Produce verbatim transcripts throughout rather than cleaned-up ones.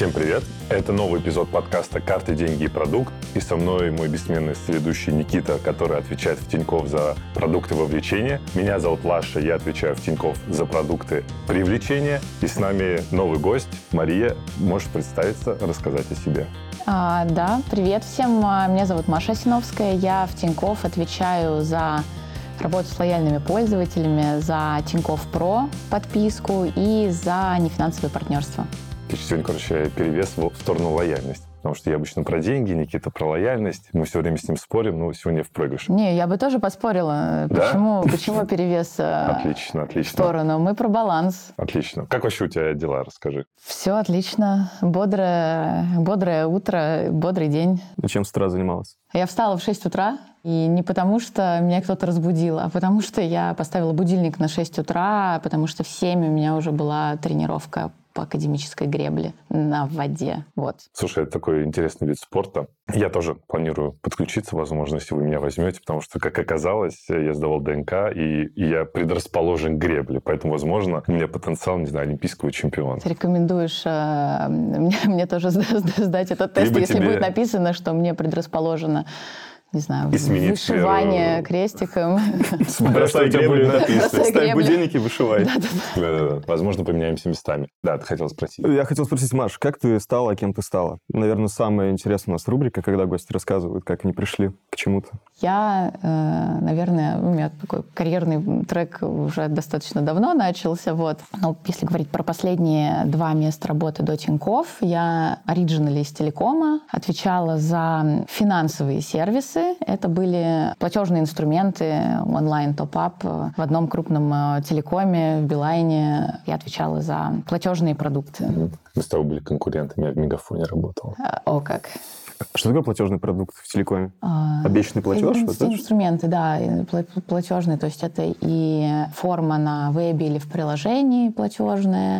Всем привет! Это новый эпизод подкаста «Карты, деньги и продукт». И со мной мой бессменный соведущий Никита, который отвечает в Тинькофф за продукты вовлечения. Меня зовут Лаша, я отвечаю в Тинькофф за продукты привлечения. И с нами новый гость Мария. Можешь представиться, рассказать о себе? А, да, привет всем. Меня зовут Маша Осиновская. Я в Тинькофф отвечаю за работу с лояльными пользователями, за Тинькофф Про подписку и за нефинансовые партнерства. Сегодня, короче, перевес в сторону лояльности. Потому что я обычно про деньги, Никита про лояльность. Мы все время с ним спорим, но сегодня в проигрыше. Не, я бы тоже поспорила. Да? Почему, почему перевес отлично, отлично. в сторону? Мы про баланс. Отлично. Как вообще у тебя дела? Расскажи. Все отлично. Бодрое, бодрое утро, бодрый день. И чем с утра занималась? Я встала в шесть утра. И не потому, что меня кто-то разбудил, а потому что я поставила будильник на шесть утра, потому что в семь у меня уже была тренировка по академической гребле на воде. Вот. Слушай, это такой интересный вид спорта. Я тоже планирую подключиться, возможно, если вы меня возьмете, потому что, как оказалось, я сдавал ДНК, и, и я предрасположен к гребле. Поэтому, возможно, у меня потенциал, не знаю, олимпийского чемпиона. Ты рекомендуешь э, мне, мне тоже сдать этот тест, Либо если тебе... будет написано, что мне предрасположено, не знаю, и сменить вышивание сферу... крестиком. Бросай греблю, ставь будильник и вышивай. Да-да-да. Возможно, поменяемся местами. Да, ты хотел спросить. Я хотел спросить, Маш, как ты стала, кем ты стала? Наверное, самая интересная у нас рубрика, когда гости рассказывают, как они пришли к чему-то. Я, наверное, у меня такой карьерный трек уже достаточно давно начался. Вот. Но если говорить про последние два места работы до Тинькофф, я оригинали из телекома, отвечала за финансовые сервисы. Это были платежные инструменты, онлайн-топ-ап. В одном крупном телекоме, в Билайне, я отвечала за платежные продукты. Мы с тобой были конкурентами, я в Мегафоне работал. О, как! Что такое платежный продукт в телекоме? А, Обещанный платеж? Вот инструменты, да, платежные. То есть это и форма на вебе или в приложении платежная,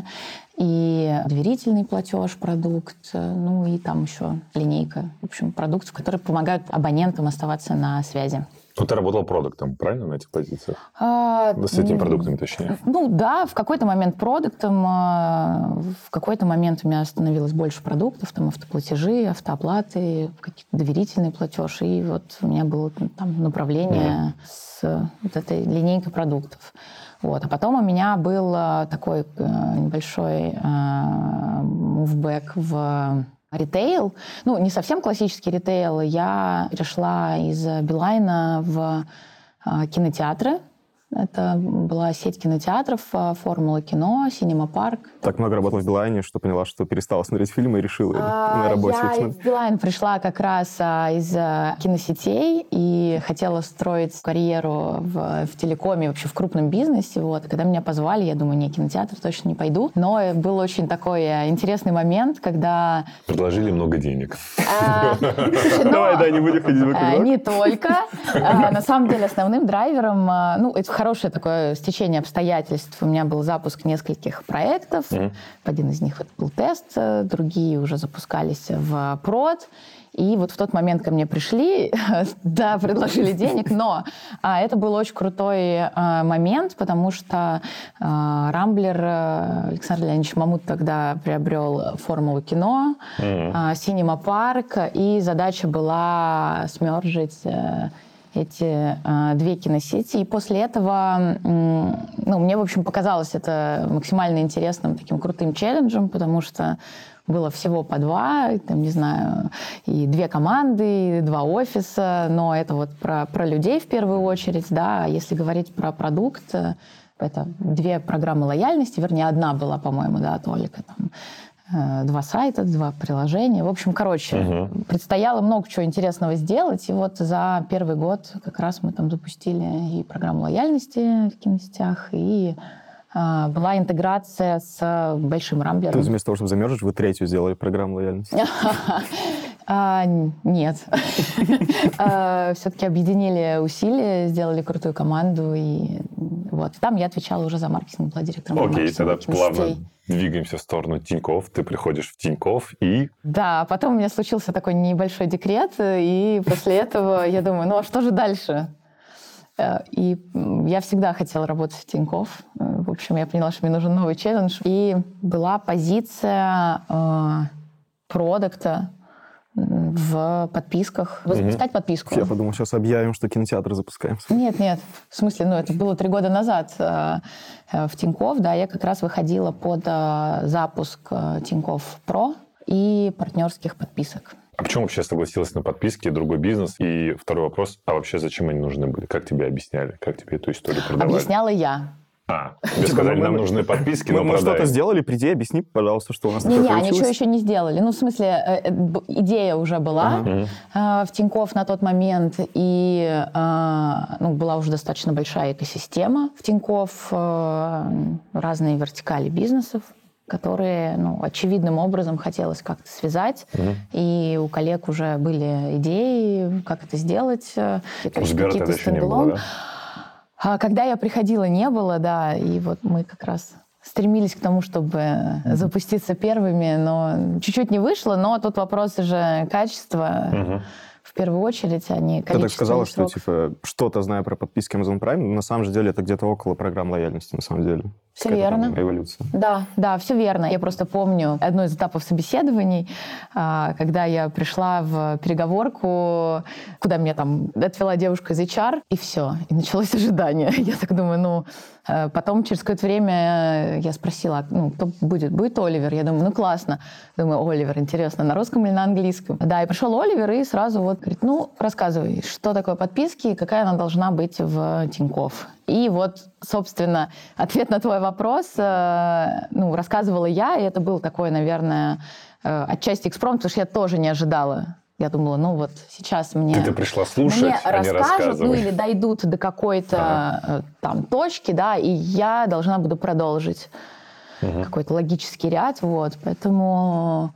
и доверительный платеж, продукт, ну и там еще линейка. В общем, продуктов, которые помогают абонентам оставаться на связи. Ну, ты работал продуктом, правильно, на этих позициях? А, с этими продуктами, точнее. Ну, да, в какой-то момент продуктом, в какой-то момент у меня становилось больше продуктов, там автоплатежи, автооплаты, какие-то доверительный платеж, и вот у меня было там направление mm-hmm. с вот этой линейкой продуктов. Вот. А потом у меня был такой небольшой мувбэк в ритейл, ну, не совсем классический ритейл. Я перешла из Билайна в э, кинотеатры. Это была сеть кинотеатров, «Формула кино», «Синема Парк». Так много работала в Билайне, что поняла, что перестала смотреть фильмы и решила а, на работе. Я в Билайн пришла как раз а, из а, киносетей и хотела строить карьеру в, в телекоме, вообще в крупном бизнесе. Вот. И когда меня позвали, я думаю, не, кинотеатр точно не пойду. Но был очень такой интересный момент, когда... Предложили много денег. Давай, да, не будем ходить вокруг. Не только. На самом деле основным драйвером, ну, это хорошее такое стечение обстоятельств. У меня был запуск нескольких проектов. Mm-hmm. Один из них вот был тест, другие уже запускались в прод. И вот в тот момент ко мне пришли, да, предложили денег, но а, это был очень крутой а, момент, потому что а, Рамблер, Александр Леонидович Мамут тогда приобрел «Формулу кино», mm-hmm. а, «Синема Парк», и задача была смержить эти э, две киносети. И после этого, э, ну, мне, в общем, показалось это максимально интересным, таким крутым челленджем, потому что было всего по два, там, не знаю, и две команды, и два офиса, но это вот про, про людей в первую очередь, да. А если говорить про продукт, это две программы лояльности, вернее, одна была, по-моему, да, только там два сайта, два приложения. В общем, короче, угу. предстояло много чего интересного сделать. И вот за первый год как раз мы там запустили и программу лояльности в киносетях, и а, была интеграция с большим Рамблером. То есть вместо того, чтобы замерзать, вы третью сделали программу лояльности? А, нет. Все-таки объединили усилия, сделали крутую команду. И вот. Там я отвечала уже за маркетинг, была директором маркетинга. Окей, тогда плавно двигаемся в сторону Тинькофф. Ты приходишь в Тинькофф и... Да, потом у меня случился такой небольшой декрет, и после этого я думаю, ну а что же дальше? И я всегда хотела работать в Тинькофф. В общем, я поняла, что мне нужен новый челлендж. И была позиция продукта в подписках. Запускать mm-hmm. подписку. Я подумал, сейчас объявим, что кинотеатр запускаем. Нет, нет. В смысле, ну, это было три года назад э, э, в Тинькофф, да, я как раз выходила под э, запуск э, Тинькофф Про и партнерских подписок. А почему вообще согласилась на подписки, другой бизнес? И второй вопрос, а вообще зачем они нужны были? Как тебе объясняли? Как тебе эту историю продавали? Объясняла я. А, тебе сказали, нам нужны подписки, но мы что-то сделали, приди, объясни, пожалуйста, что у нас такое получилось. Не, ничего еще не сделали. Ну, в смысле, идея уже была в Тинькофф на тот момент, и была уже достаточно большая экосистема в Тинькофф, разные вертикали бизнесов, которые, ну, очевидным образом хотелось как-то связать. Угу. И у коллег уже были идеи, как это сделать. У Сбера тогда еще не было, да? А когда я приходила, не было, да. И вот мы как раз стремились к тому, чтобы mm-hmm. запуститься первыми, но чуть-чуть не вышло. Но тут вопрос уже качества. Mm-hmm. В первую очередь, а не количество. Ты так сказала, что типа что-то знаю про подписки Amazon Prime, но на самом же деле это где-то около программ лояльности, на самом деле. Все верно. Эволюция. Да, да, все верно. Я просто помню одно из этапов собеседований, когда я пришла в переговорку, куда меня там отвела девушка из эйч ар, и все, и началось ожидание. Я так думаю, ну, потом через какое-то время я спросила, ну, кто будет? Будет Оливер? Я думаю, ну, классно. Думаю, Оливер, интересно, на русском или на английском? Да, и пришел Оливер и сразу вот говорит, ну, рассказывай, что такое подписки и какая она должна быть в Тинькофф. И вот, собственно, ответ на твой вопрос, ну, рассказывала я, и это был такой, наверное, отчасти экспромт, потому что я тоже не ожидала. Я думала, ну вот сейчас мне... Ты пришла слушать, мне а не расскажут, ну или дойдут до какой-то ага. там точки, да, и я должна буду продолжить угу. какой-то логический ряд, вот, поэтому...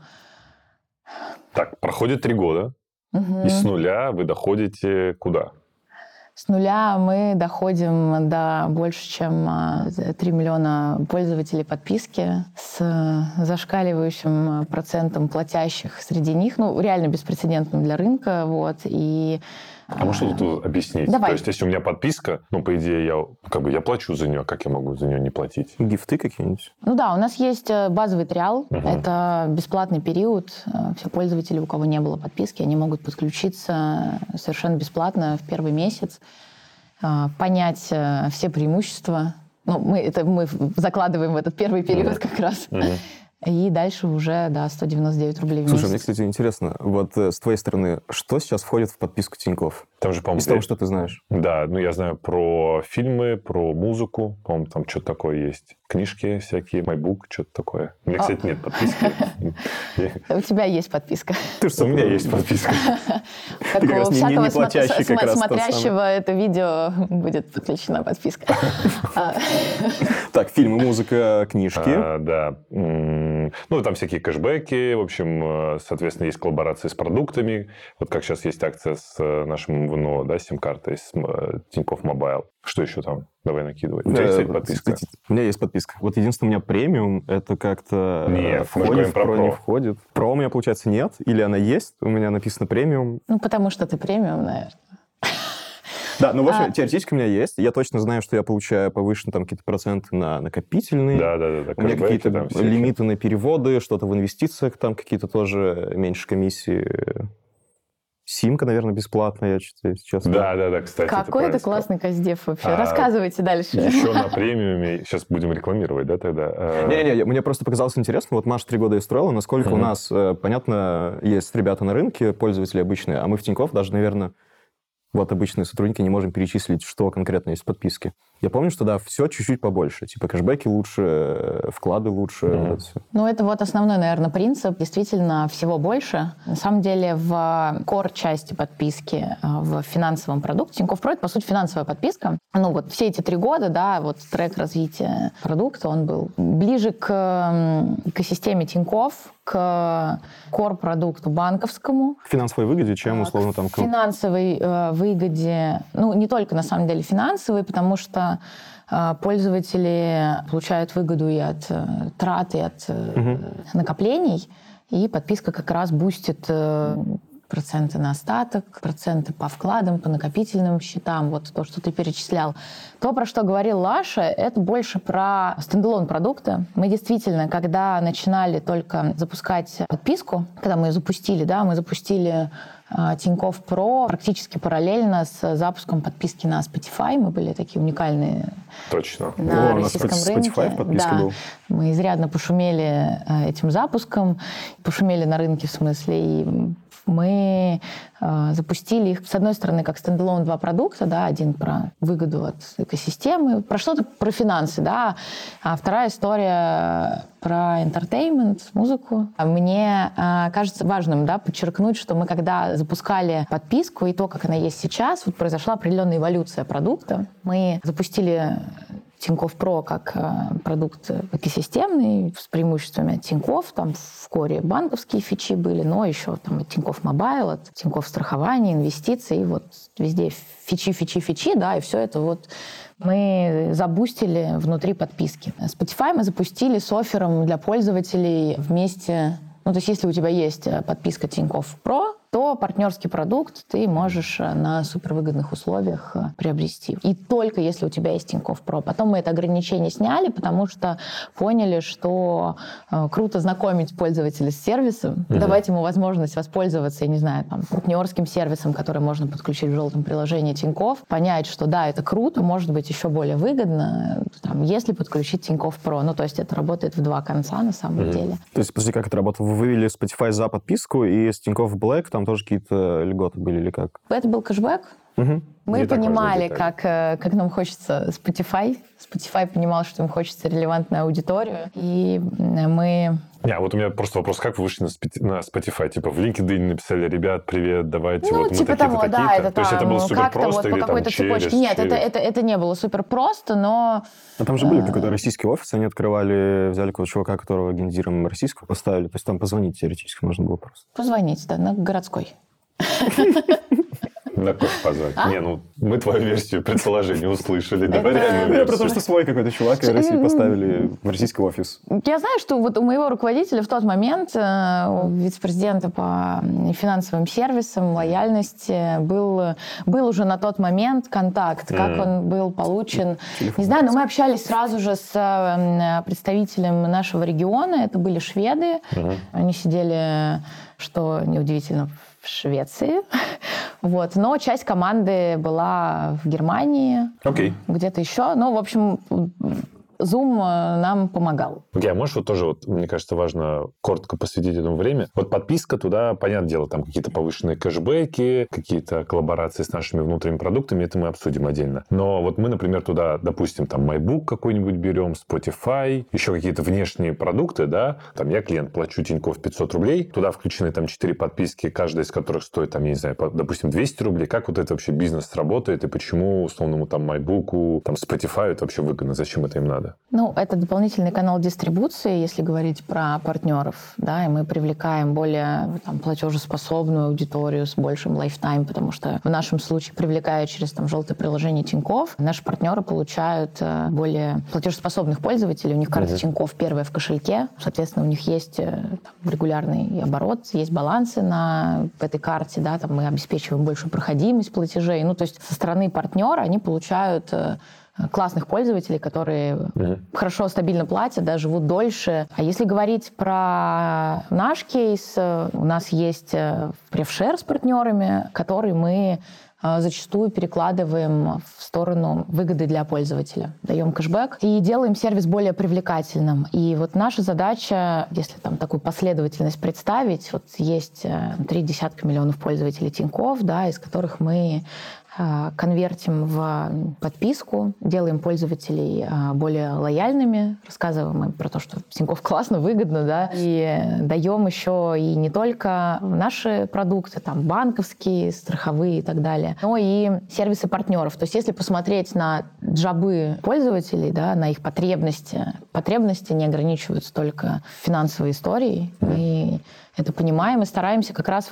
Так, проходит три года, угу. и с нуля вы доходите куда? С нуля мы доходим до больше, чем три миллиона пользователей подписки с зашкаливающим процентом платящих среди них. Ну, реально беспрецедентно для рынка. Вот, и... А можешь тут объяснить? Давай. То есть, если у меня подписка, ну, по идее, я, как бы, я плачу за нее, как я могу за нее не платить? Гифты какие-нибудь? Ну да, у нас есть базовый триал. Uh-huh. Это бесплатный период. Все пользователи, у кого не было подписки, они могут подключиться совершенно бесплатно в первый месяц, понять все преимущества. Ну, мы, это мы закладываем в этот первый период uh-huh. как раз. Uh-huh. И дальше уже, да, сто девяносто девять рублей в месяц. Слушай, мне, кстати, интересно, вот с твоей стороны, что сейчас входит в подписку Тинькофф? Там же, по-моему... Из того, что ты знаешь. Да, ну я знаю про фильмы, про музыку, по-моему, там что-то такое есть. Книжки всякие, MyBook, что-то такое. У меня, кстати, нет подписки. У тебя есть подписка. Ты что, у меня есть подписка. Как у всякого смотрящего это видео будет подключена подписка. Так, фильмы, музыка, книжки. Да. Ну, там всякие кэшбэки, в общем, соответственно, есть коллаборации с продуктами. Вот как сейчас есть акция с нашим МВНО, да, сим-картой, с Тинькофф Мобайл. Что еще там? Давай накидывай. У тебя есть подписка? У меня есть подписка. Вот единственное, у меня премиум, это как-то не, входит, в про, про не входит. Про у меня, получается, нет. Или она есть, у меня написано премиум. Ну, потому что ты премиум, наверное. Да, ну, в общем, а... теоретически у меня есть. Я точно знаю, что я получаю повышенные там какие-то проценты на накопительные. Да, да, да. У меня какие-то там, лимиты на переводы, что-то в инвестициях, там какие-то тоже меньше комиссии. Симка, наверное, бесплатная, я сейчас... Да, да, да, кстати. Какой это классный каздев вообще. А, Рассказывайте дальше. Еще на премиуме. Сейчас будем рекламировать, да, тогда? Не-не-не, мне просто показалось интересно. Вот Маша три года и строила, насколько mm-hmm. у нас, понятно, есть ребята на рынке, пользователи обычные, а мы в Тинькофф даже, наверное, вот обычные сотрудники не можем перечислить, что конкретно есть в подписке. Я помню, что, да, все чуть-чуть побольше. Типа кэшбэки лучше, вклады лучше. Mm-hmm. Вот это все. Ну, это вот основной, наверное, принцип. Действительно, всего больше. На самом деле, в кор-части подписки, в финансовом продукте, Тинькофф Про, это, по сути, финансовая подписка. Ну, вот все эти три года, да, вот трек развития продукта, он был ближе к экосистеме Тинькофф, к кор-продукту банковскому. К финансовой выгоде, чем, условно, там... К финансовой э, выгоде. Ну, не только, на самом деле, финансовой, потому что э, пользователи получают выгоду и от э, трат, и от э, угу. накоплений, и подписка как раз бустит э, проценты на остаток, проценты по вкладам, по накопительным счетам, вот то, что ты перечислял. То, про что говорил Лаша, это больше про стендалон продукты. Мы действительно, когда начинали только запускать подписку, когда мы ее запустили, да, мы запустили Тинькофф Про практически параллельно с запуском подписки на Spotify. Мы были такие уникальные. Точно. На О, российском на рынке. Spotify подписка да. был. Мы изрядно пошумели этим запуском, пошумели на рынке в смысле, и мы э, запустили их, с одной стороны, как стендалон два продукта, да, один про выгоду от экосистемы, про что-то про финансы, да, а вторая история про entertainment, музыку. Мне э, кажется важным, да, подчеркнуть, что мы, когда запускали подписку и то, как она есть сейчас, вот произошла определенная эволюция продукта. Мы запустили Тинькофф Про как э, продукт экосистемный, с преимуществами от Тинькофф. Там в коре банковские фичи были, но еще там от Тинькофф Мобайл, от Тинькофф страхование, инвестиции. И вот везде фичи, фичи, фичи, да, и все это вот мы забустили внутри подписки. Spotify мы запустили с оффером для пользователей вместе. Ну, то есть если у тебя есть подписка Тинькофф Про, то партнерский продукт ты можешь на супервыгодных условиях приобрести. И только если у тебя есть Тинькофф Про. Потом мы это ограничение сняли, потому что поняли, что э, круто знакомить пользователя с сервисом, mm-hmm. давать ему возможность воспользоваться, я не знаю, там, партнерским сервисом, который можно подключить в желтом приложении Тинькофф, понять, что да, это круто, может быть, еще более выгодно, там, если подключить Тинькофф Про. Ну, то есть это работает в два конца на самом mm-hmm. деле. То есть, подожди, как это работало? Вы вывели Spotify за подписку, и с Тинькофф Black там тоже какие-то льготы были или как? Это был кэшбэк. Угу. Мы Не понимали, как, как нам хочется Spotify. Spotify понимал, что им хочется релевантную аудиторию. И мы... Не, вот у меня просто вопрос, как вы вышли на Spotify? Типа в LinkedIn написали: ребят, привет, давайте, ну, вот типа мы того, такие-то, да, такие-то. это То есть это было там супер как-то просто вот или по там какой-то через, цепочке? Нет, через... это, это, это не было супер просто, но... А там же были какой-то российский офис, они открывали, взяли какого-то чувака, которого гендиром российского поставили, то есть там позвонить теоретически можно было просто. Позвонить, да, на городской. На кофе позвать. А? Не, ну мы твою версию предположения услышали. Давай Это... реальную версию. Про то, что свой какой-то чувак из России поставили в российский офис. Я знаю, что вот у моего руководителя в тот момент, у вице-президента по финансовым сервисам, лояльности, был, был уже на тот момент контакт, как mm. он был получен. Телефон. Не знаю, но мы общались сразу же с представителем нашего региона. Это были шведы. Mm-hmm. Они сидели, что неудивительно, в Швеции. Вот. Но часть команды была в Германии, okay. где-то еще. Ну, в общем, Zoom нам помогал. Окей, okay, а можешь вот тоже, вот, мне кажется, важно коротко посвятить этому время. Вот подписка туда, понятное дело, там какие-то повышенные кэшбэки, какие-то коллаборации с нашими внутренними продуктами, это мы обсудим отдельно. Но вот мы, например, туда, допустим, там MyBook какой-нибудь берем, Spotify, еще какие-то внешние продукты, да, там я клиент, плачу Тинькофф пятьсот рублей, туда включены там четыре подписки, каждая из которых стоит, там, я не знаю, допустим, двести рублей. Как вот это вообще бизнес работает и почему условному там MyBook, там Spotify это вообще выгодно, зачем это им надо? Ну, это дополнительный канал дистрибуции, если говорить про партнеров, да, и мы привлекаем более там, платежеспособную аудиторию с большим лайфтайм, потому что в нашем случае, привлекая через там, желтое приложение Тинькофф, наши партнеры получают более платежеспособных пользователей, у них карта mm-hmm. Тинькофф первая в кошельке, соответственно, у них есть там, регулярный оборот, есть балансы на этой карте, да, там мы обеспечиваем большую проходимость платежей, ну, то есть со стороны партнера они получают классных пользователей, которые mm-hmm. хорошо, стабильно платят, да, живут дольше. А если говорить про наш кейс, у нас есть префшер с партнерами, который мы зачастую перекладываем в сторону выгоды для пользователя. Даем кэшбэк и делаем сервис более привлекательным. И вот наша задача, если там такую последовательность представить, вот есть три десятка миллионов пользователей Тинькофф, да, из которых мы конвертим в подписку, делаем пользователей более лояльными, рассказываем им про то, что Тинькофф классно, выгодно, да, и даем еще и не только наши продукты, там, банковские, страховые и так далее, но и сервисы партнеров. То есть если посмотреть на джабы пользователей, да, на их потребности, потребности не ограничиваются только финансовой историей, мы это понимаем и стараемся как раз вот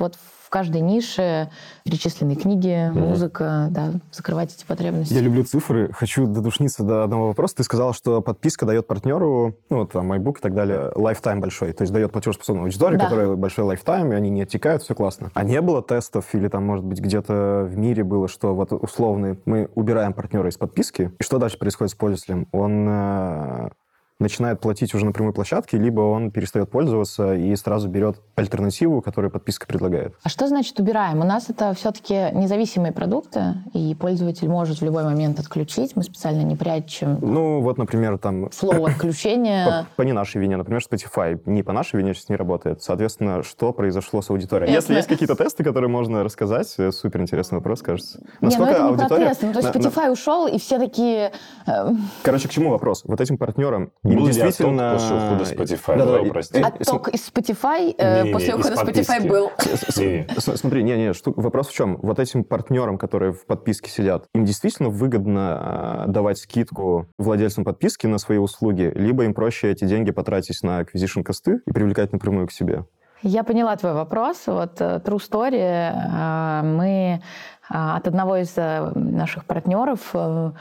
в каждой нише перечислены книги, mm-hmm. музыка, да, закрывать эти потребности. Я люблю цифры. Хочу додушниться до одного вопроса. Ты сказала, что подписка дает партнеру, ну, вот там, MyBook и так далее, лайфтайм большой. То есть дает платежеспособную аудиторию, да. которая большой лайфтайм, и они не оттекают, все классно. А не было тестов или там, может быть, где-то в мире было, что вот условно мы убираем партнера из подписки, и что дальше происходит с пользователем? Он э, начинает платить уже на прямой площадке, либо он перестает пользоваться и сразу берет альтернативу, которую подписка предлагает. А что значит убираем? У нас это все-таки независимые продукты, и пользователь может в любой момент отключить. Мы специально не прячем. Ну, вот, например, там... Слово отключения. По, по не нашей вине. Например, Spotify не по нашей вине сейчас не работает. Соответственно, что произошло с аудиторией? Если есть какие-то тесты, которые можно рассказать, супер интересный вопрос, кажется. Насколько не, ну это не аудитория... про тесты. Ну, то есть на, Spotify на... ушел, и все такие... Короче, к чему вопрос? Вот этим партнерам Был действительно... после ухода Spotify, да, да, да, прости. Отток из Spotify не, после не, ухода Spotify был. Смотри, не-не, вопрос в чем? Вот этим партнерам, которые в подписке сидят, им действительно выгодно давать скидку владельцам подписки на свои услуги, либо им проще эти деньги потратить на acquisition косты и привлекать напрямую к себе? Я поняла твой вопрос. Вот True Story. Мы от одного из наших партнеров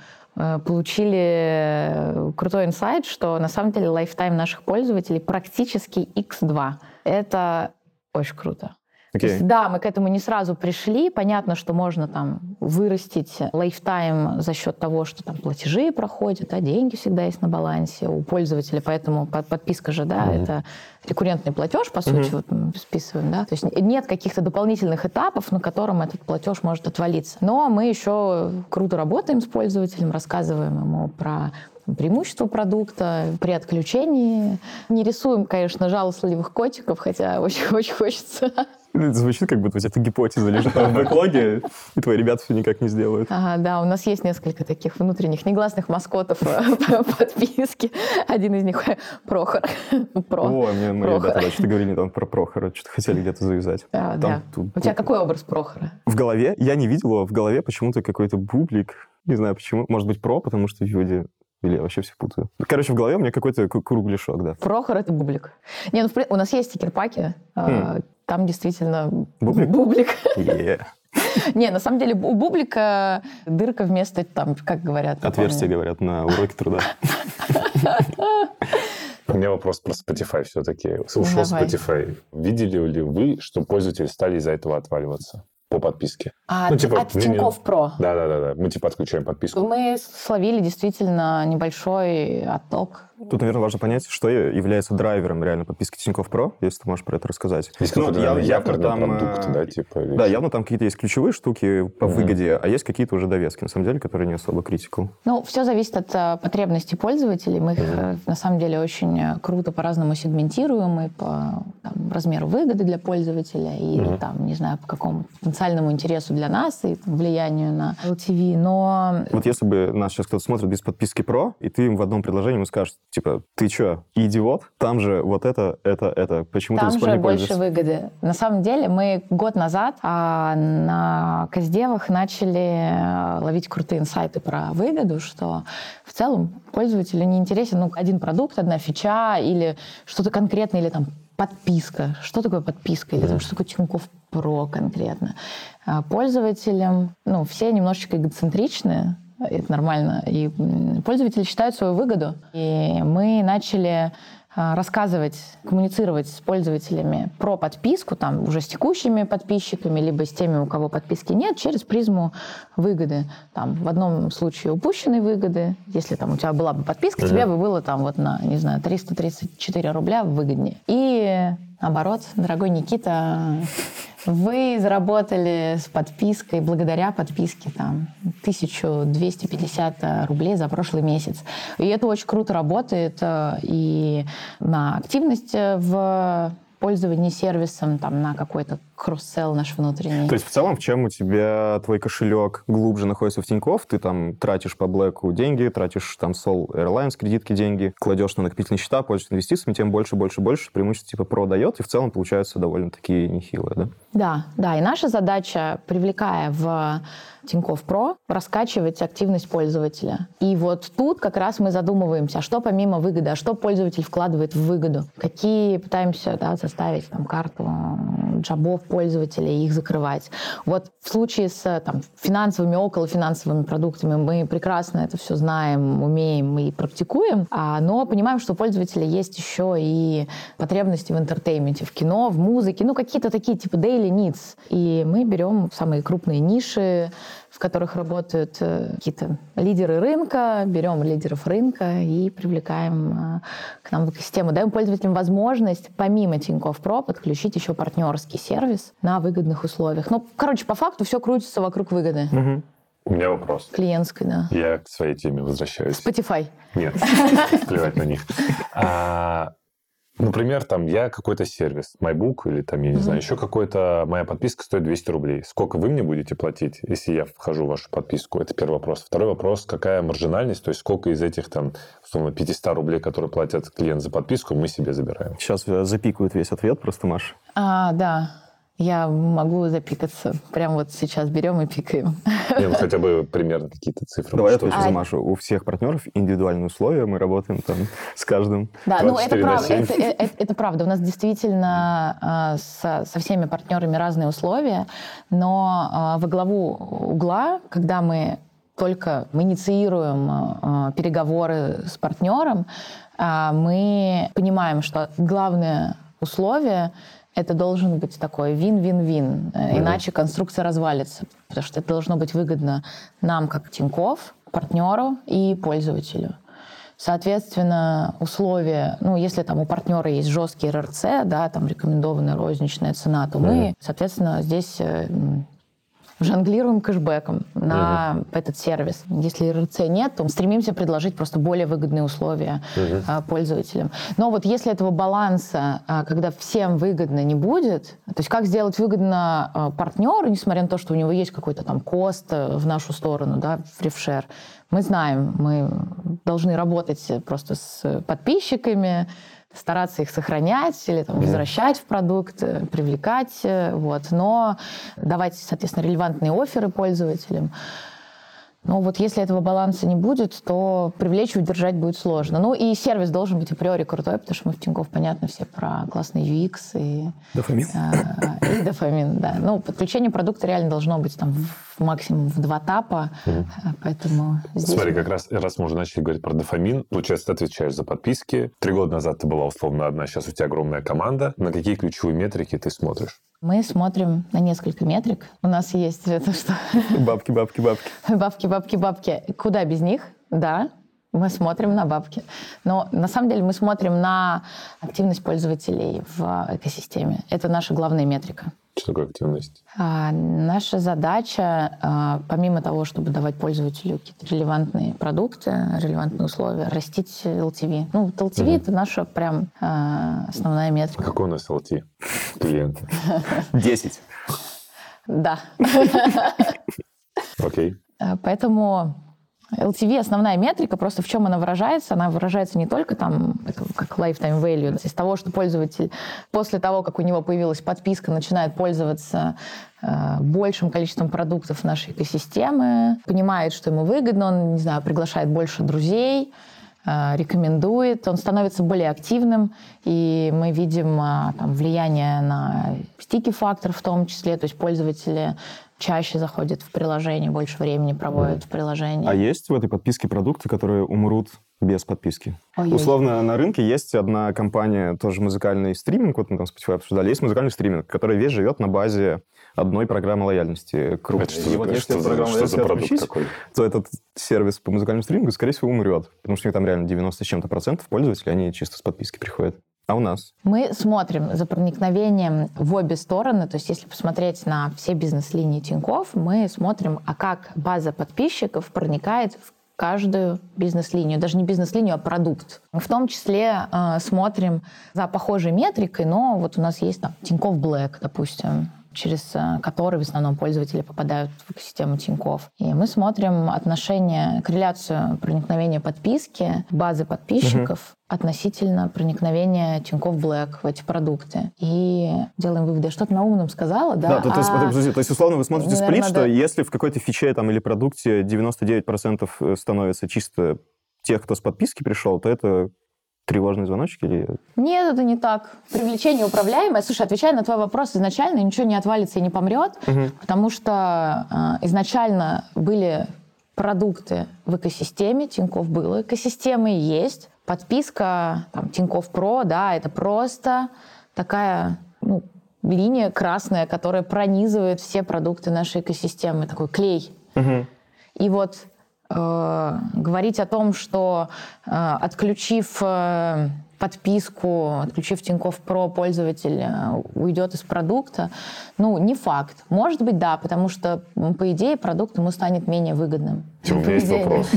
получили крутой инсайт, что на самом деле лайфтайм наших пользователей практически икс два. Это очень круто. Okay. То есть, да, мы к этому не сразу пришли. Понятно, что можно там вырастить лайфтайм за счет того, что там платежи проходят, а деньги всегда есть на балансе у пользователя, поэтому подписка же, да, mm-hmm. это рекуррентный платеж, по сути, mm-hmm. вот мы списываем, да. То есть нет каких-то дополнительных этапов, на котором этот платеж может отвалиться. Но мы еще круто работаем с пользователем, рассказываем ему про преимущество продукта при отключении. Не рисуем, конечно, жалостливых котиков, хотя очень-очень хочется. Это звучит, как будто у тебя эта гипотеза лежит в бэклоге, и твои ребята все никак не сделают. Ага, да, у нас есть несколько таких внутренних негласных маскотов подписки. Один из них Прохор. О, мне мои ребята что-то говорили там про Прохора, что-то хотели где-то завязать. Да. У тебя какой образ Прохора? В голове, я не видел его, в голове почему-то какой-то бублик. Не знаю почему. Может быть, про, потому что в Юде... Или я вообще все путаю. Короче, в голове у меня какой-то кругляшок, да. Прохор — это бублик. Не, ну, у нас есть стикер-паки. Mm. Там действительно бублик. бублик. Yeah. Не, на самом деле у бублика дырка вместо, там, как говорят... Отверстие, говорят, на уроке труда. У меня вопрос про Spotify все-таки. Ушел Spotify. Видели ли вы, что пользователи стали из-за этого отваливаться? По подписке. А, ну, типа, от Тинькофф Про. Да, да, да, да. Мы типа отключаем подписку. Мы словили действительно небольшой отток. Тут, наверное, важно понять, что является драйвером реально подписки Тинькофф Про, если ты можешь про это рассказать. Есть ну, какой-то, наверное, явно там, продукт, да, типа. Да, явно там какие-то есть ключевые штуки по mm-hmm. выгоде, а есть какие-то уже довески, на самом деле, которые не особо критикал. Ну, все зависит от uh, потребностей пользователей. Мы их, mm-hmm. на самом деле, очень круто по-разному сегментируем и по там, размеру выгоды для пользователя, и mm-hmm. там, не знаю, по какому потенциальному интересу для нас и там, влиянию на эл ти ви, но... Вот если бы нас сейчас кто-то смотрит без подписки Про, и ты им в одном предложении ему скажешь, типа, ты что, идиот? Там же вот это, это, это. Почему Там ты же больше выгоды. На самом деле мы год назад а, на Каздевах начали ловить крутые инсайты про выгоду, что в целом пользователю не интересен ну, один продукт, одна фича или что-то конкретное, или там подписка. Что такое подписка? Или там, что такое Тинькофф Про конкретно? А пользователям, ну, все немножечко эгоцентричны, это нормально, и пользователи считают свою выгоду. И мы начали рассказывать, коммуницировать с пользователями про подписку, там, уже с текущими подписчиками, либо с теми, у кого подписки нет, через призму выгоды. Там, в одном случае упущенной выгоды. Если там у тебя была бы подписка, mm-hmm. тебе бы было там вот на, не знаю, триста тридцать четыре рубля выгоднее. И наоборот, дорогой Никита, вы заработали с подпиской, благодаря подписке, там, тысяча двести пятьдесят рублей за прошлый месяц. И это очень круто работает и на активность в пользовании сервисом, там, на какой-то кросс-селл наш внутренний. То есть в целом, в чем у тебя твой кошелек глубже находится в Тинькофф, ты там тратишь по Блэку деньги, тратишь там Sol Airlines кредитки деньги, кладешь на накопительные счета, пользуешься инвестициями, тем больше, больше, больше преимуществ типа Про дает, и в целом получается довольно-таки нехилое, да? Да, да. И наша задача, привлекая в Тинькофф Про раскачивать активность пользователя. И вот тут как раз мы задумываемся, а что помимо выгоды, а что пользователь вкладывает в выгоду, какие пытаемся да, составить там, карту джобов пользователей и их закрывать. Вот в случае с там, финансовыми, околофинансовыми продуктами мы прекрасно это все знаем, умеем и практикуем, но понимаем, что у пользователя есть еще и потребности в интертейменте, в кино, в музыке, ну какие-то такие типа daily needs. И мы берем самые крупные ниши, в которых работают какие-то лидеры рынка, берем лидеров рынка и привлекаем к нам в экосистему. Даем пользователям возможность помимо Тинькофф Про подключить еще партнерский сервис на выгодных условиях. Ну, короче, по факту все крутится вокруг выгоды. Угу. У меня вопрос. Клиентской, да. Я к своей теме возвращаюсь. Spotify. Нет, плевать на них. А, например, там я какой-то сервис, MyBook или там, я не mm-hmm. знаю, еще какой-то, моя подписка стоит двести рублей. Сколько вы мне будете платить, если я вхожу в вашу подписку? Это первый вопрос. Второй вопрос, какая маржинальность, то есть сколько из этих там, условно, пятьсот рублей, которые платят клиент за подписку, мы себе забираем? Сейчас запикают весь ответ просто, Маша. А, да. Я могу запикаться. Прямо вот сейчас берем и пикаем. Не, ну хотя бы примерно какие-то цифры. Давай отвечу за Машу. У всех партнеров индивидуальные условия, мы работаем там с каждым. Да, ну это правда, это, это, это правда. У нас действительно э, со, со всеми партнерами разные условия, но э, во главу угла, когда мы только мы инициируем э, переговоры с партнером, э, мы понимаем, что главное условие это должен быть такой вин-вин-вин, mm-hmm. иначе конструкция развалится, потому что это должно быть выгодно нам, как Тинькофф, партнеру и пользователю. Соответственно, условия, ну, если там у партнера есть жесткий эр эр цэ, да, там рекомендованная розничная цена, то mm-hmm. мы, соответственно, здесь жонглируем кэшбэком на uh-huh. этот сервис. Если эр эр цэ нет, то стремимся предложить просто более выгодные условия uh-huh. а, пользователям. Но вот если этого баланса, а, когда всем выгодно, не будет, то есть как сделать выгодно а, партнеру, несмотря на то, что у него есть какой-то там кост в нашу сторону, да, в рефшер, мы знаем, мы должны работать просто с подписчиками, стараться их сохранять или там, возвращать в продукт, привлекать, вот, но давать, соответственно, релевантные офферы пользователям. Но вот если этого баланса не будет, то привлечь и удержать будет сложно. Ну и сервис должен быть априори крутой, потому что мы в Тинькофф, понятно, все про классный ю экс и... Дофамин. А, и дофамин, да. Ну, подключение продукта реально должно быть там в, максимум в два тапа, mm-hmm. поэтому здесь... Смотри, как раз, раз мы уже начали говорить про дофамин, получается, ты отвечаешь за подписки. Три года назад ты была условно одна, сейчас у тебя огромная команда. На какие ключевые метрики ты смотришь? Мы смотрим на несколько метрик. У нас есть это что... Бабки, бабки, бабки. Бабки, бабки, бабки. Куда без них? Да, мы смотрим на бабки. Но на самом деле мы смотрим на активность пользователей в экосистеме. Это наша главная метрика. Что такое активность? А, наша задача, а, помимо того, чтобы давать пользователю какие-то релевантные продукты, релевантные условия, растить эл ти ви. Ну, эл ти ви mm-hmm. это наша прям а, основная метрика. А какой у нас эл ти клиент? Десять. Да. Окей. Поэтому... эл ти ви основная метрика, просто в чем она выражается? Она выражается не только там, как lifetime value, из того, что пользователь после того, как у него появилась подписка, начинает пользоваться э, большим количеством продуктов нашей экосистемы, понимает, что ему выгодно, он, не знаю, приглашает больше друзей, э, рекомендует, он становится более активным, и мы видим э, там, влияние на стики-фактор в том числе, то есть пользователи чаще заходят в приложение, больше времени проводят в приложении. А есть в этой подписке продукты, которые умрут без подписки? Ой-ой. Условно, на рынке есть одна компания, тоже музыкальный стриминг, вот мы там Spotify обсуждали, есть музыкальный стриминг, который весь живет на базе одной программы лояльности. Крупной. Это что, И за, вот если что, программу за, что за продукт отключить, такой? то этот сервис по музыкальному стримингу, скорее всего, умрет. Потому что у них там реально девяносто с чем-то процентов пользователей, они чисто с подписки приходят. А у нас? Мы смотрим за проникновением в обе стороны. То есть если посмотреть на все бизнес-линии Тинькофф, мы смотрим, а как база подписчиков проникает в каждую бизнес-линию. Даже не бизнес-линию, а продукт. В том числе э, смотрим за похожей метрикой, но вот у нас есть там Тинькофф Black, допустим. через который в основном пользователи попадают в экосистему Тинькофф. И мы смотрим отношение, корреляцию проникновения подписки, базы подписчиков uh-huh. относительно проникновения Тинькофф Блэк в эти продукты. И делаем выводы. Я что-то на умном сказала, да? Да, то, а... то, есть, подожди, то есть, условно, вы смотрите Наверное, сплит, что да. если в какой-то фиче там, или продукте девяносто девять процентов становится чисто тех, кто с подписки пришел, то это тревожный звоночек или... Нет, это не так. Привлечение управляемое. Слушай, отвечая на твой вопрос, изначально ничего не отвалится и не помрет, угу. потому что э, изначально были продукты в экосистеме, Тинькофф был экосистемой, есть. Подписка там, Тинькофф Про, да, это просто такая, ну, линия красная, которая пронизывает все продукты нашей экосистемы, такой клей. Угу. И вот э, говорить о том, что э, отключив э, подписку, отключив Тинькофф Про, пользователь э, уйдет из продукта, ну, не факт. Может быть, да, потому что, по идее, продукт ему станет менее выгодным. У меня есть вопрос.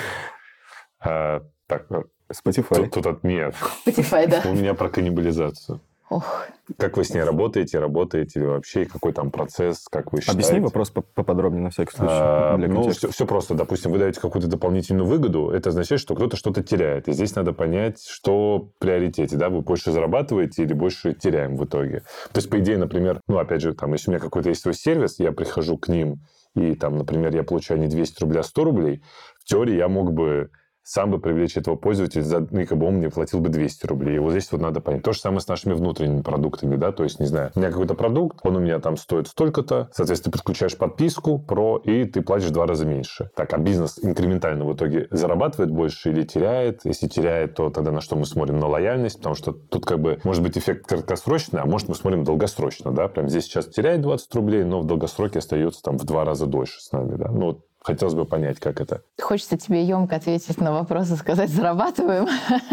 Так, Spotify. Тут от нет. Spotify, да. У меня про каннибализацию. Ох. Как вы с ней работаете, работаете ли вообще, какой там процесс, как вы считаете? Объясни вопрос поподробнее на всякий случай. А, ну, все, все просто. Допустим, вы даете какую-то дополнительную выгоду, это означает, что кто-то что-то теряет. И здесь надо понять, что в приоритете, да, вы больше зарабатываете или больше теряем в итоге. То есть, по идее, например, ну, опять же, там, если у меня какой-то есть свой сервис, я прихожу к ним, и там, например, я получаю не двести рублей, а сто рублей, в теории я мог бы сам бы привлечь этого пользователя, за, ну, и как бы он мне платил бы двести рублей. И вот здесь вот надо понять. То же самое с нашими внутренними продуктами, да, то есть, не знаю, у меня какой-то продукт, он у меня там стоит столько-то, соответственно, ты подключаешь подписку про, и ты платишь в два раза меньше. Так, а бизнес инкрементально в итоге зарабатывает больше или теряет? Если теряет, то тогда на что мы смотрим? На лояльность, потому что тут как бы может быть эффект краткосрочный, а может мы смотрим долгосрочно, да, прям здесь сейчас теряет двадцать рублей, но в долгосроке остается там в два раза дольше с нами, да, ну, хотелось бы понять, как это. Хочется тебе емко ответить на вопрос и сказать, зарабатываем.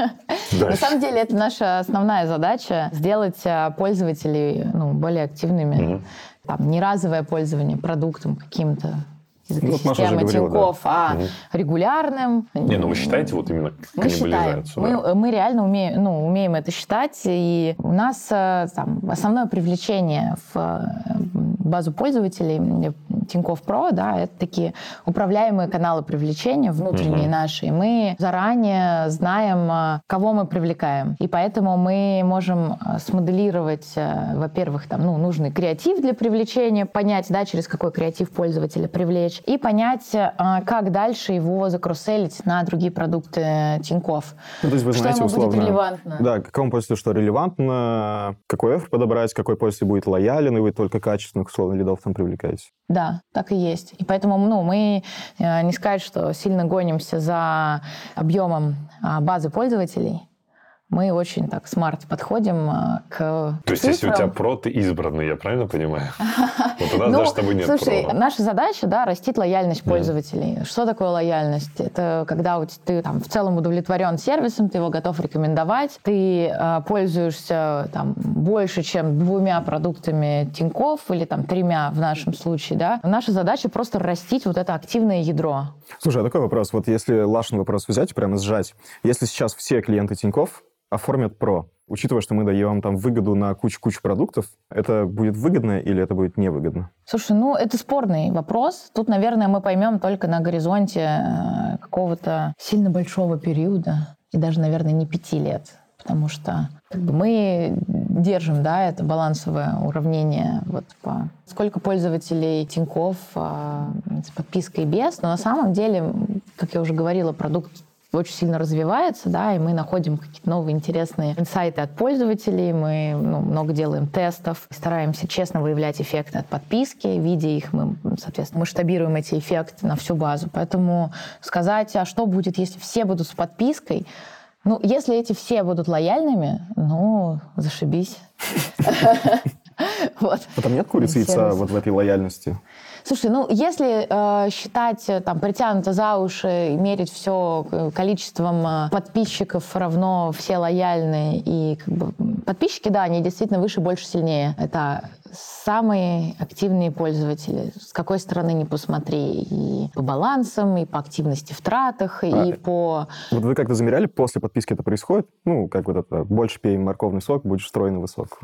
На самом деле, это наша основная задача – сделать пользователей ну, более активными. Угу. Там, не разовое пользование продуктом каким-то из экосистемы ну, Тинькофф, да. а угу. регулярным. Не, ну вы считаете вот именно каннибализацию? Мы, да? мы, мы реально умеем, ну, умеем это считать. И у нас там, основное привлечение в базу пользователей Тинькофф Про, да, это такие управляемые каналы привлечения, внутренние uh-huh. наши. И мы заранее знаем, кого мы привлекаем. И поэтому мы можем смоделировать, во-первых, там, ну, нужный креатив для привлечения, понять, да, через какой креатив пользователя привлечь, и понять, как дальше его закросселить на другие продукты Тинькофф. Ну, то есть вы что знаете, ему условно, будет релевантно. Да, какому пользователю что релевантно, какой оффер подобрать, какой пользователь будет лоялен, и вы только качественных, условно, лидов там привлекаете. Да, так и есть. И поэтому ну, мы э, не сказать, что сильно гонимся за объемом э, базы пользователей. Мы очень так смарт подходим э, к То есть, цифрам. Если у тебя про, ты избранный, я правильно понимаю? Вот у нас даже с тобой нет про. Слушай, наша задача, да, растить лояльность пользователей. Что такое лояльность? Это когда ты там в целом удовлетворен сервисом, ты его готов рекомендовать, ты э, пользуешься там больше, чем двумя продуктами Тинькофф или там тремя в нашем случае, да. Наша задача просто растить вот это активное ядро. Слушай, а такой вопрос. Вот если Лашин вопрос взять и прямо сжать. Если сейчас все клиенты Тинькофф оформят про, учитывая, что мы даем там выгоду на кучу-кучу продуктов, это будет выгодно или это будет невыгодно? Слушай, ну это спорный вопрос. Тут, наверное, мы поймем только на горизонте какого-то сильно большого периода, и даже, наверное, не пяти лет. Потому что как бы, мы держим, да, это балансовое уравнение вот по сколько пользователей Тинькофф а, с подпиской без, но на самом деле, как я уже говорила, продукт очень сильно развивается, да, и мы находим какие-то новые интересные инсайты от пользователей, мы ну, много делаем тестов, стараемся честно выявлять эффекты от подписки, видя их, мы, соответственно, масштабируем эти эффекты на всю базу. Поэтому сказать, а что будет, если все будут с подпиской, ну, если эти все будут лояльными, ну, зашибись. А там нет курицы и яйца вот в этой лояльности? Слушай, ну, если э, считать, там, притянуто за уши и мерить все количеством э, подписчиков равно все лояльны, и как бы, подписчики, да, они действительно выше, больше, сильнее. Это самые активные пользователи. С какой стороны не посмотри. И по балансам, и по активности в тратах, а, и по... Вот вы как-то замеряли, после подписки это происходит? Ну, как вот это, больше пей морковный сок, будешь стройный высок. Вот.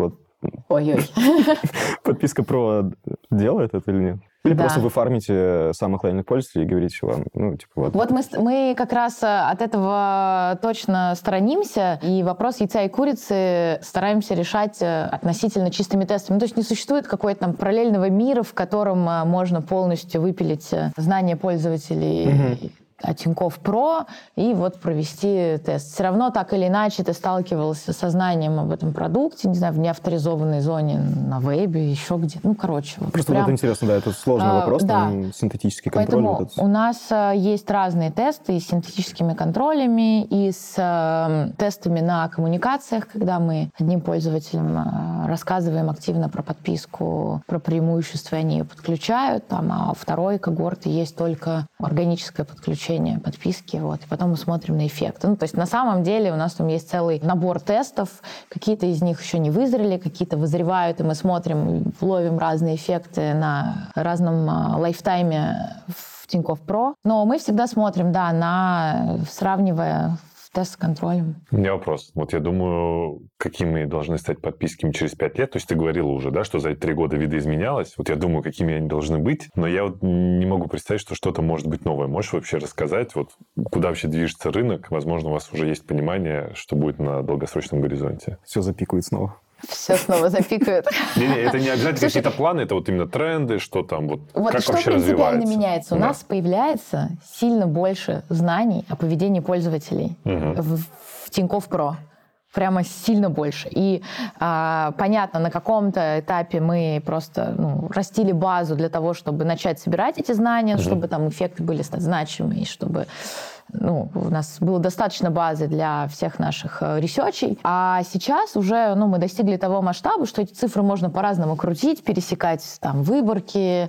Ой-ой. Подписка Pro делает это или нет? Или Да. просто вы фармите самых лояльных пользователей и говорите, что вам, ну, типа, вот. Вот мы, с- мы как раз от этого точно сторонимся, и вопрос яйца и курицы стараемся решать относительно чистыми тестами. Ну, то есть не существует какой-то там параллельного мира, в котором а, можно полностью выпилить э, знания пользователей Мгм. от Тинькофф Про и вот провести тест. Все равно так или иначе ты сталкивался со знанием об этом продукте, не знаю, в неавторизованной зоне, на вебе, еще где-то. Ну, короче. Вот Просто прям... вот интересно, да, это сложный А, вопрос, да. там синтетический контроль. Поэтому вот это. у нас э, есть разные тесты и с синтетическими контролями, и с э, тестами на коммуникациях, когда мы одним пользователям э, рассказываем активно про подписку, про преимущества, они ее подключают, там, а у второй когорты есть только органическое подключение подписки, вот, и потом мы смотрим на эффекты. Ну, то есть на самом деле у нас там есть целый набор тестов, какие-то из них еще не вызрели, какие-то вызревают, и мы смотрим, ловим разные эффекты на разном а, лайфтайме в Тинькофф Про. Но мы всегда смотрим, да, на, сравнивая тест с контролем. У меня вопрос. Вот я думаю, какими должны стать подписками через пять лет? То есть ты говорила уже, да, что за эти три года видоизменялось. Вот я думаю, какими они должны быть. Но я вот не могу представить, что что-то может быть новое. Можешь вообще рассказать, вот куда вообще движется рынок? Возможно, у вас уже есть понимание, что будет на долгосрочном горизонте. Все запикает снова. Все снова запикают. Не-не, это не обязательно Слушай, какие-то планы, это вот именно тренды, что там, вот, Вот как что вообще принципиально развивается. меняется? У Да. нас появляется сильно больше знаний о поведении пользователей Мгм. в, в Тинькофф Про. Прямо сильно больше. И а, понятно, на каком-то этапе мы просто ну, растили базу для того, чтобы начать собирать эти знания, Мгм. чтобы там эффекты были значимые, и чтобы ну, у нас было достаточно базы для всех наших э, ресерчей. А сейчас уже ну, мы достигли того масштаба, что эти цифры можно по-разному крутить, пересекать там выборки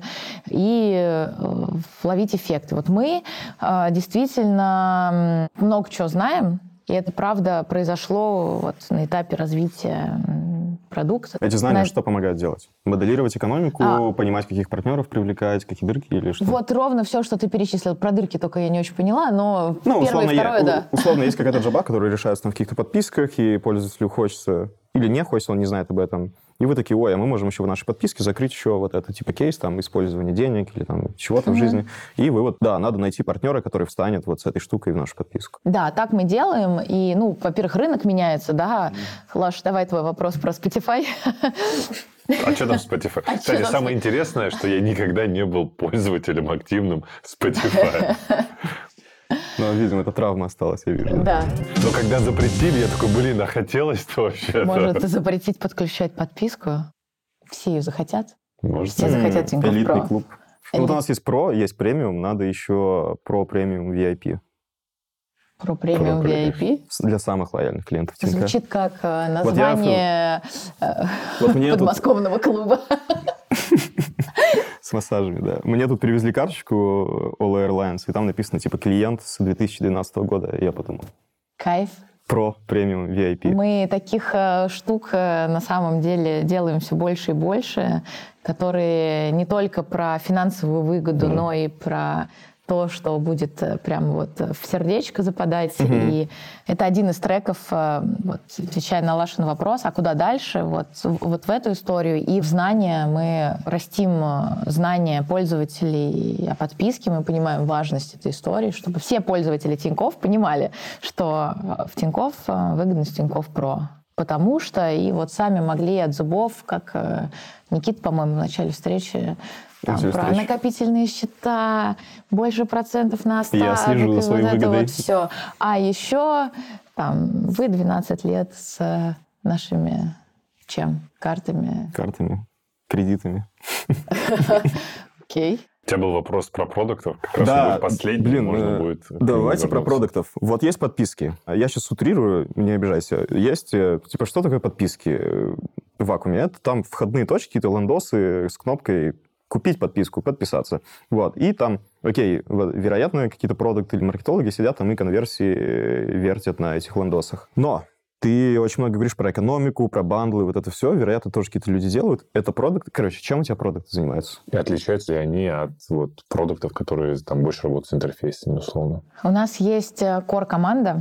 и э, ловить эффекты. Вот мы э, действительно м, много чего знаем, и это, правда, произошло вот на этапе развития м, продукта. Эти знания На- что помогают делать? Моделировать экономику, А. понимать, каких партнеров привлекать, какие дырки или что? Вот ровно все, что ты перечислил. Про дырки только я не очень поняла, но Ну, первое условно, и второе, я- да. у- условно, есть какая-то джаба, которая решается на каких-то подписках, и пользователю хочется или не хочется, он не знает об этом. И вы такие, ой, а мы можем еще в нашей подписке закрыть еще вот это типа кейс, там, использование денег или там чего-то Мгм. в жизни. И вы вот, да, надо найти партнера, который встанет вот с этой штукой в нашу подписку. Да, так мы делаем. И, ну, во-первых, рынок меняется, да. Лаш, давай твой вопрос про Spotify. А что там Spotify? А Кстати, чё там самое интересное, что я никогда не был пользователем активным Spotify. Ну, видимо, это травма осталась, я вижу. Да. Но когда запретили, я такой, блин, а хотелось-то вообще. Может, запретить подключать подписку? Все ее захотят. Может, Все захотят Тинькофф Элитный Про. клуб. Ну, вот у нас есть про, есть премиум, надо еще про премиум ви ай пи Про премиум Про ви ай пи. для самых лояльных клиентов Тинька. Звучит как э, Вот я название э, Вот мне тут подмосковного клуба. с массажами, да. Мне тут привезли карточку All Airlines, и там написано, типа, клиент с две тысячи двенадцатого года. И я подумал, Кайф. про премиум ви ай пи. Мы таких э, штук э, на самом деле делаем все больше и больше, которые не только про финансовую выгоду, Мгм. но и про то, что будет э, прям вот в сердечко западать. Мгм. И это один из треков, э, вот, отвечая на Лашин вопрос, а куда дальше? Вот, вот в эту историю. И в знания мы растим э, знания пользователей о подписке, мы понимаем важность этой истории, чтобы все пользователи Тинькофф понимали, что э, в Тинькофф э, выгодность Тинькофф Про. Потому что и вот сами могли от зубов, как э, Никита, по-моему, в начале встречи, там, начале про встречи. накопительные счета, больше процентов на остаток. Я слежу за и своей вот это выгодой. вот все. А еще там, вы двенадцать лет с нашими чем? Картами. Картами, кредитами. Окей. У тебя был вопрос про продуктов, как раз Да, он будет последний, блин, можно э, будет... к нему Давайте про вернуться. продуктов. Вот есть подписки. Я сейчас утрирую, не обижайся. Есть, э, типа, что такое подписки э, в вакууме? Это там входные точки, какие-то лендосы с кнопкой «Купить подписку», «Подписаться». Вот. И там, окей, вот, вероятно, какие-то продукты или маркетологи сидят там и конверсии э, вертят на этих лендосах. Но ты очень много говоришь про экономику, про бандлы, вот это все. Вероятно, тоже какие-то люди делают. Это продукт. Короче, чем у тебя продукты занимаются? И отличаются ли они от вот, продуктов, которые там больше работают с интерфейсами, условно? У нас есть core-команда,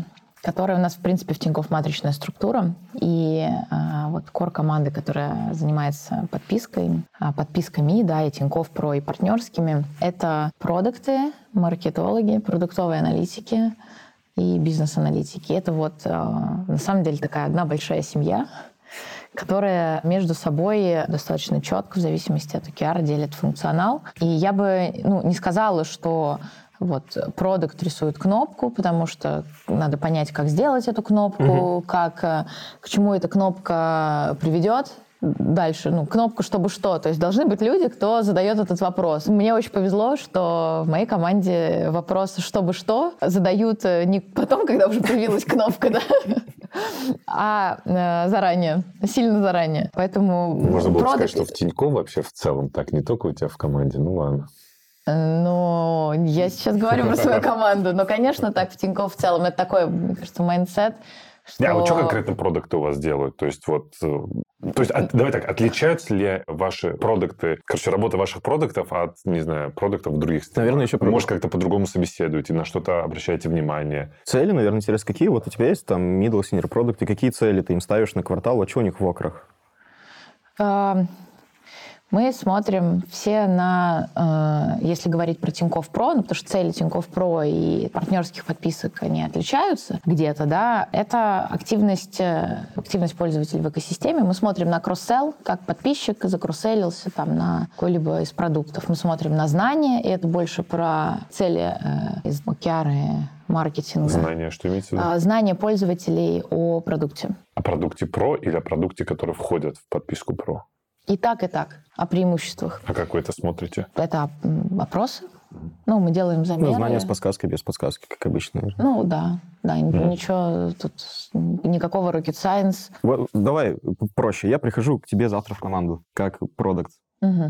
которая у нас, в принципе, в Тинькофф матричная структура. И а, вот кор команды, которая занимается подпиской, а, подписками, да, и Тинькофф Про, и партнерскими, это продукты, маркетологи, продуктовые аналитики и бизнес-аналитики. Это вот, а, на самом деле, такая одна большая семья, которые между собой достаточно четко, в зависимости от океара, делят функционал. И я бы ну, не сказала, что вот продукт рисует кнопку, потому что надо понять, как сделать эту кнопку, угу. как, к чему эта кнопка приведет. Дальше, ну, кнопка «чтобы что». То есть должны быть люди, кто задает этот вопрос. Мне очень повезло, что в моей команде вопрос «чтобы что» задают не потом, когда уже появилась кнопка, да, а э, заранее, сильно заранее. Поэтому можно было продукт... сказать, что в Тинькофф вообще в целом так, не только у тебя в команде. Ну, ладно. Ну, я сейчас говорю про свою команду, но, конечно, так в Тинькофф в целом. Это такой, мне кажется, майндсет, что... А вот что конкретно продукты у вас делают? То есть вот... То есть, от, давай так, отличаются ли ваши продукты, короче, работа ваших продуктов от, не знаю, продуктов других? Наверное, еще... Вы, может, как-то по-другому собеседуете, на что-то обращаете внимание? Цели, наверное, интересно, какие? Вот у тебя есть там middle, senior продукты, какие цели ты им ставишь на квартал, а что у них в окрах? Мы смотрим все на, э, если говорить про Тинькофф Про, ну, потому что цели Тинькофф Про и партнерских подписок, они отличаются где-то, да, это активность, активность пользователей в экосистеме. Мы смотрим на кросс-селл, как подписчик закросселился там на какой-либо из продуктов. Мы смотрим на знания, и это больше про цели э, из океара маркетинга. Знания, что имеется в виду? А, знания пользователей о продукте. О продукте Про или о продукте, которые входят в подписку Про? И так, и так. О преимуществах. А как вы это смотрите? Это опросы. Ну, мы делаем замеры. Ну, знания с подсказкой, без подсказки, как обычно. Наверное. Ну, да. Да, mm. ничего тут, никакого rocket science. Вот, давай проще. Я прихожу к тебе завтра в команду, как продукт. Угу.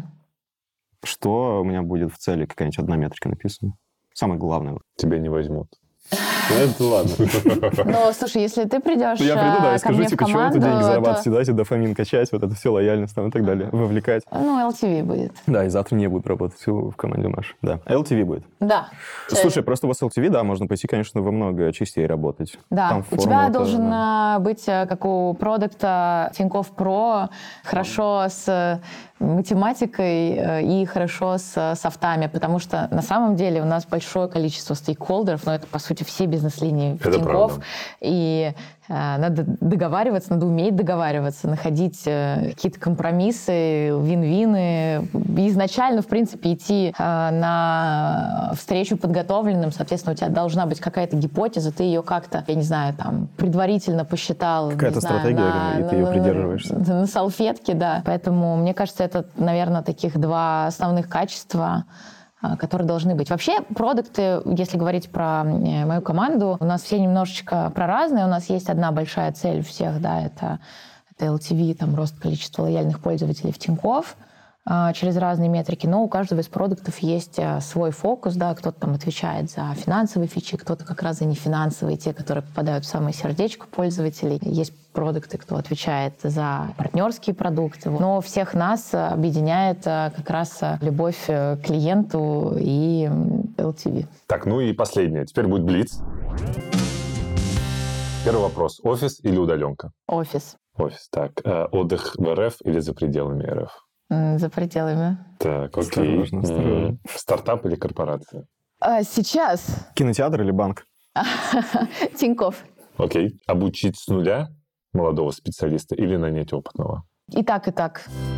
Что у меня будет в цели? Какая-нибудь одна метрика написана? Самое главное. Тебя не возьмут. Это ладно. Ну, слушай, если ты придешь Я приду, да, и скажу, мне типа, в чего команду, это деньги зарабатывать, то... давайте дофамин качать, вот это все, лояльность там и так далее, вовлекать. Ну, эл ти ви будет. Да, и завтра не будет работать в команде нашей. Да, эл ти ви будет. Да. Слушай, просто у вас эл ти ви, да, можно пойти, конечно, во много частей работать. Да, там у тебя это, должен да. быть, как у продукта Тинькофф Про, хорошо с математикой и хорошо с софтами, потому что на самом деле у нас большое количество стейкхолдеров, но это, по сути, все бизнес-линии в Тинькофф, и э, надо договариваться, надо уметь договариваться, находить э, какие-то компромиссы, вин-вины, и изначально, в принципе, идти э, на встречу подготовленным, соответственно, у тебя должна быть какая-то гипотеза, ты ее как-то, я не знаю, там, предварительно посчитал. Какая-то стратегия, на, и ты ее придерживаешься. На, на салфетке, да. Поэтому, мне кажется, это, наверное, таких два основных качества, которые должны быть. Вообще, продукты, если говорить про мою команду, у нас все немножечко про разные. У нас есть одна большая цель у всех, да, это, это эл ти ви, там, рост количества лояльных пользователей в Тинькофф через разные метрики, но у каждого из продуктов есть свой фокус, да, кто-то там отвечает за финансовые фичи, кто-то как раз за нефинансовые, те, которые попадают в самое сердечко пользователей. Есть продукты, кто отвечает за партнерские продукты. Но всех нас объединяет как раз любовь к клиенту и эл ти ви. Так, ну и последнее. Теперь будет блиц. Первый вопрос. Офис или удаленка? Офис. Офис, так. Отдых в эр эф или за пределами эр эф? За пределами. Так, окей. Осторожно, осторожно. Стартап или корпорация? А сейчас. Кинотеатр или банк? Тинькофф. Окей. Обучить с нуля молодого специалиста или нанять опытного? И так, и так.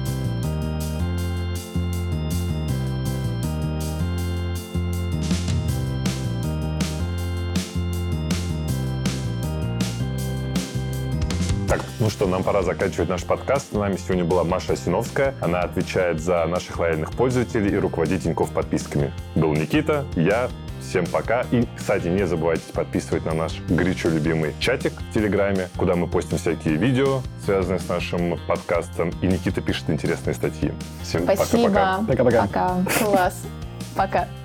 Так, ну что, нам пора заканчивать наш подкаст. С нами сегодня была Маша Осиновская. Она отвечает за наших лояльных пользователей и руководит Тинькофф подписками. Был Никита, я. Всем пока. И, кстати, не забывайте подписывать на наш горячо любимый чатик в Телеграме, куда мы постим всякие видео, связанные с нашим подкастом. И Никита пишет интересные статьи. Всем Спасибо. пока-пока. Пока-пока. Пока. Класс. Пока.